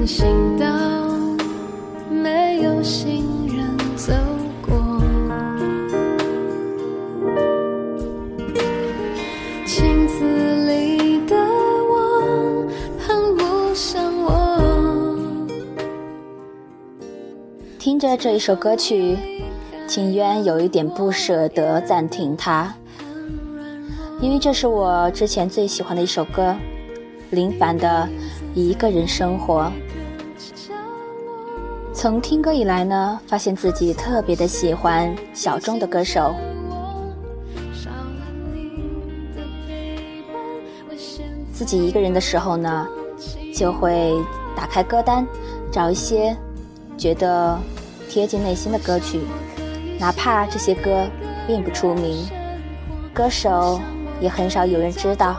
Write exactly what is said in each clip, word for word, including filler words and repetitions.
行道，没有行人走过。镜子里的我很不像我。 听着这一首歌曲，秦渊有一点不舍得暂停它，因为这是我之前最喜欢的一首歌，林凡的一个人生活。从听歌以来呢，发现自己特别的喜欢小众的歌手，自己一个人的时候呢，就会打开歌单，找一些觉得贴近内心的歌曲，哪怕这些歌并不出名，歌手也很少有人知道，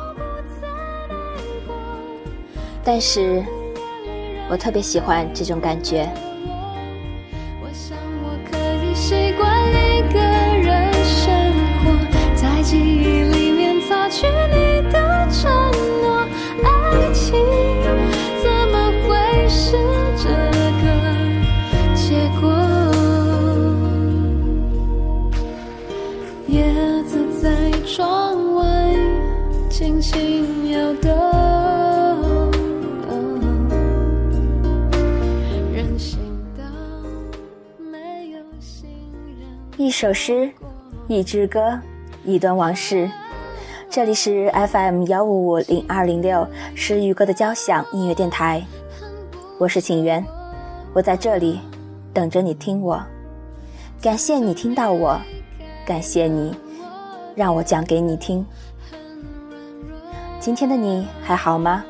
但是我特别喜欢这种感觉。 我想我可以习惯一个人生活，在记忆里面擦去你的承诺，爱情怎么会是这个结果？叶子在窗外轻轻摇动，人行道没有行人。 一首诗，一支歌，一段往事。这里是 F M 一五五零二零六诗与歌的交响音乐电台，我是景媛，我在这里等着你听我。感谢你听到我，感谢你让我讲给你听。今天的你还好吗？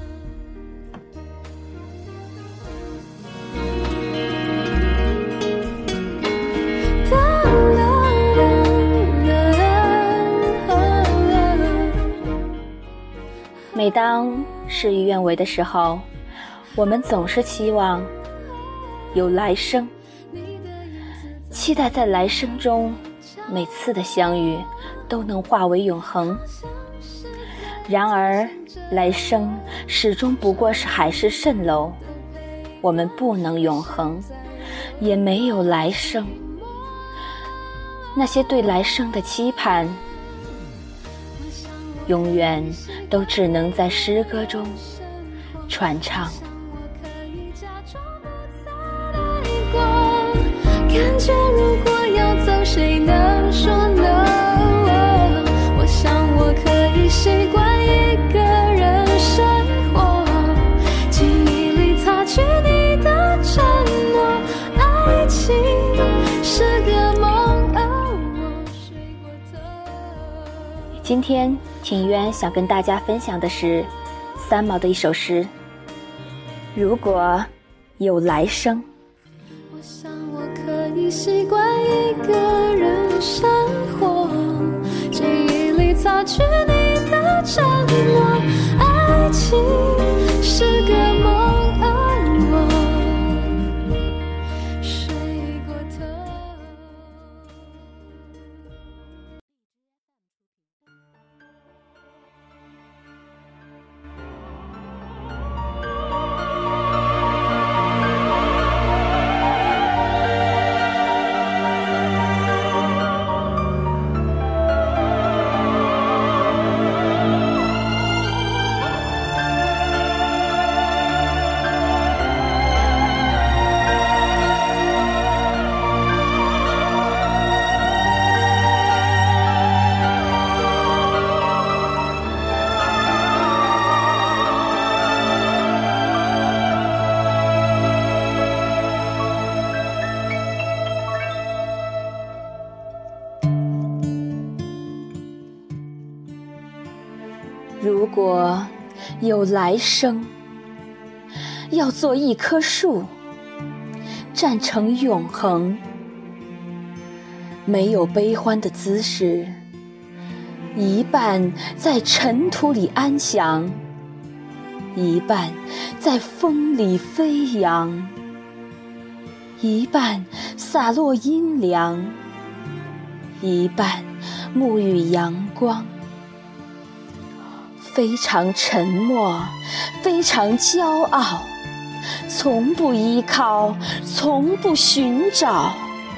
每当事与愿违的时候，我们总是期望有来生，期待在来生中每次的相遇都能化为永恒。然而来生始终不过是海市蜃楼，我们不能永恒，也没有来生。那些对来生的期盼，永远都只能在诗歌中传唱。 感觉如果要走，谁能说 no？ 我想我可以习惯一个人生活，记忆里擦去你的承诺，爱情是个梦，而我睡过头。 今天秦渊想跟大家分享的是三毛的一首诗，如果有来生。 我想我可以习惯一个人生活，记忆里擦去你的承诺，爱情是个梦，而我睡过头。 如果有来生，要做一棵树，站成永恒，没有悲欢的姿势，一半在尘土里安详，一半在风里飞扬，一半洒落阴凉，一半沐浴阳光。非常沉默，非常骄傲， 从不依靠，从不寻找。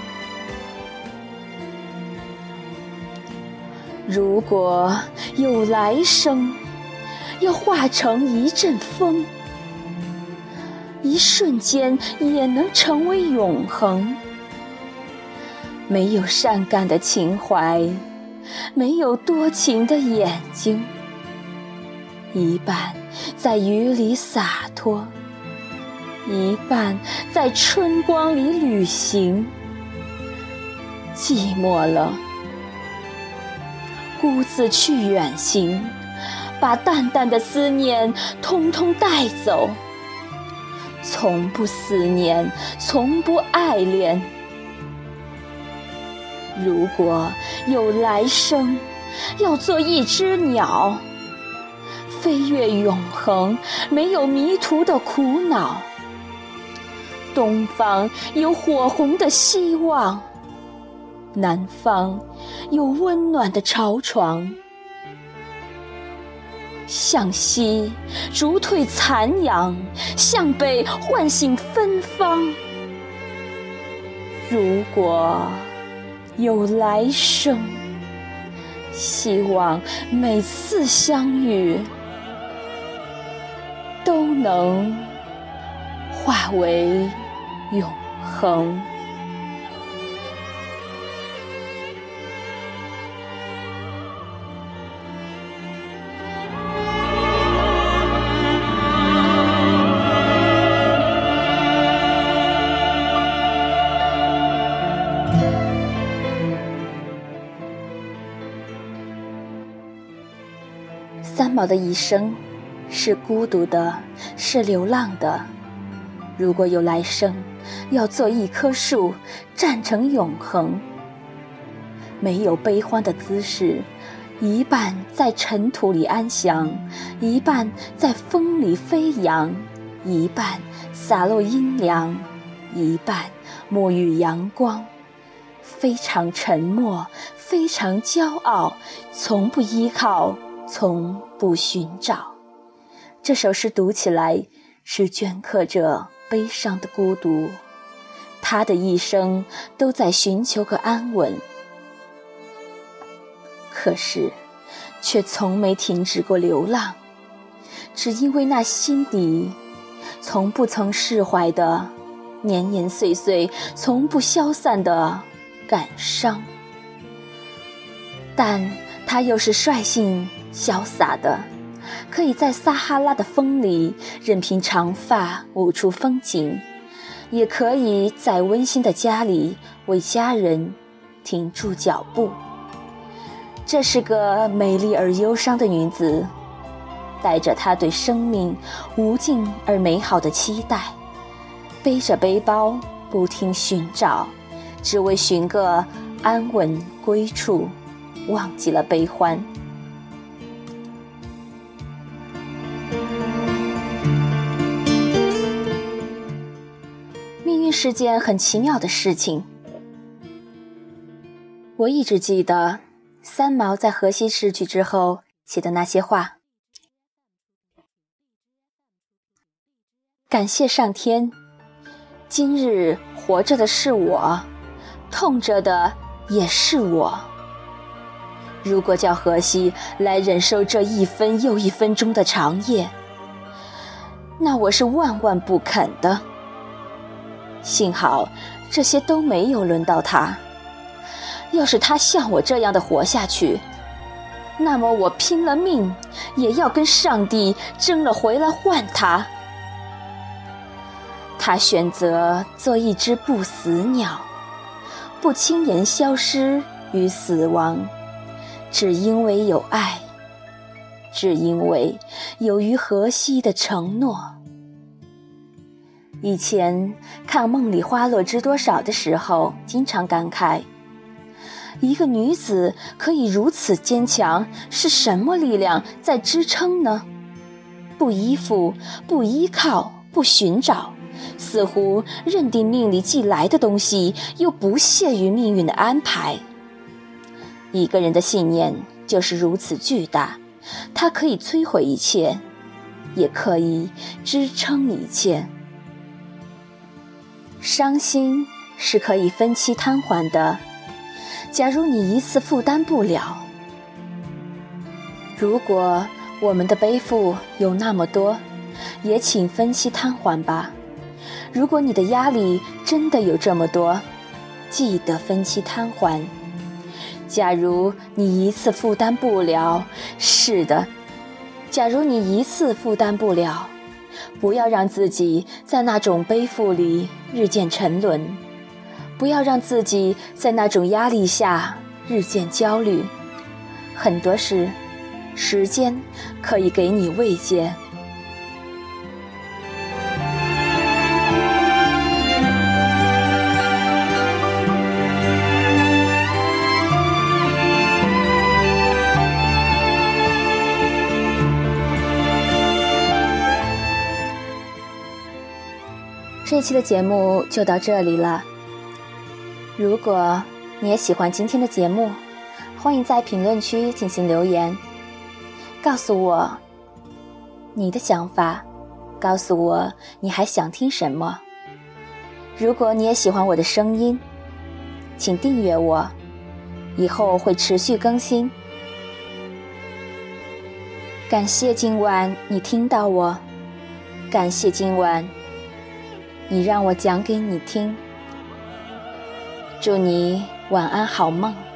如果有来生，要化成一阵风，一瞬间也能成为永恒。没有善感的情怀，没有多情的眼睛，一半在雨里洒脱，一半在春光里旅行。寂寞了，孤自去远行，把淡淡的思念通通带走。从不思念，从不爱恋。如果有来生，要做一只鸟，飞越永恒，没有迷途的苦恼。东方有火红的希望，南方有温暖的巢床。向西逐退残阳，向北唤醒芬芳。如果有来生，希望每次相遇都能化为永恒。三毛的一生是孤独的，是流浪的。如果有来生，要做一棵树，站成永恒。没有悲欢的姿势，一半在尘土里安详，一半在风里飞扬，一半洒落阴凉，一半沐浴阳光。非常沉默，非常骄傲，从不依靠，从不寻找。这首诗读起来是镌刻着悲伤的孤独，他的一生都在寻求个安稳，可是却从没停止过流浪，只因为那心底从不曾释怀的年年岁岁，从不消散的感伤。但他又是率性潇洒的，可以在撒哈拉的风里任凭长发舞出风景，也可以在温馨的家里为家人停住脚步。这是个美丽而忧伤的女子，带着她对生命无尽而美好的期待，背着背包不停寻找，只为寻个安稳归处，忘记了悲欢。命运是件很奇妙的事情。我一直记得三毛在荷西逝去之后写的那些话。感谢上天，今日活着的是我，痛着的也是我。如果叫荷西来忍受这一分又一分钟的长夜，那我是万万不肯的。幸好这些都没有轮到他，要是他像我这样的活下去，那么我拼了命也要跟上帝争了回来换他。他选择做一只不死鸟，不轻言消失于死亡，只因为有爱，只因为有于荷西的承诺。以前看《梦里花落知多少》的时候，经常感慨，一个女子可以如此坚强，是什么力量在支撑呢？不依附，不依靠，不寻找，似乎认定命里寄来的东西，又不屑于命运的安排。一个人的信念就是如此巨大，它可以摧毁一切，也可以支撑一切。 伤心是可以分期摊还的，假如你一次负担不了。如果我们的背负有那么多，也请分期摊还吧。如果你的压力真的有这么多，记得分期摊还。假如你一次负担不了，是的，假如你一次负担不了，不要让自己在那种背负里日渐沉沦，不要让自己在那种压力下日渐焦虑。很多事，时间可以给你慰藉。这期的节目就到这里了。如果你也喜欢今天的节目，欢迎在评论区进行留言，告诉我你的想法，告诉我你还想听什么。如果你也喜欢我的声音，请订阅我，以后会持续更新。感谢今晚你听到我，感谢今晚你让我讲给你听。祝你晚安好梦。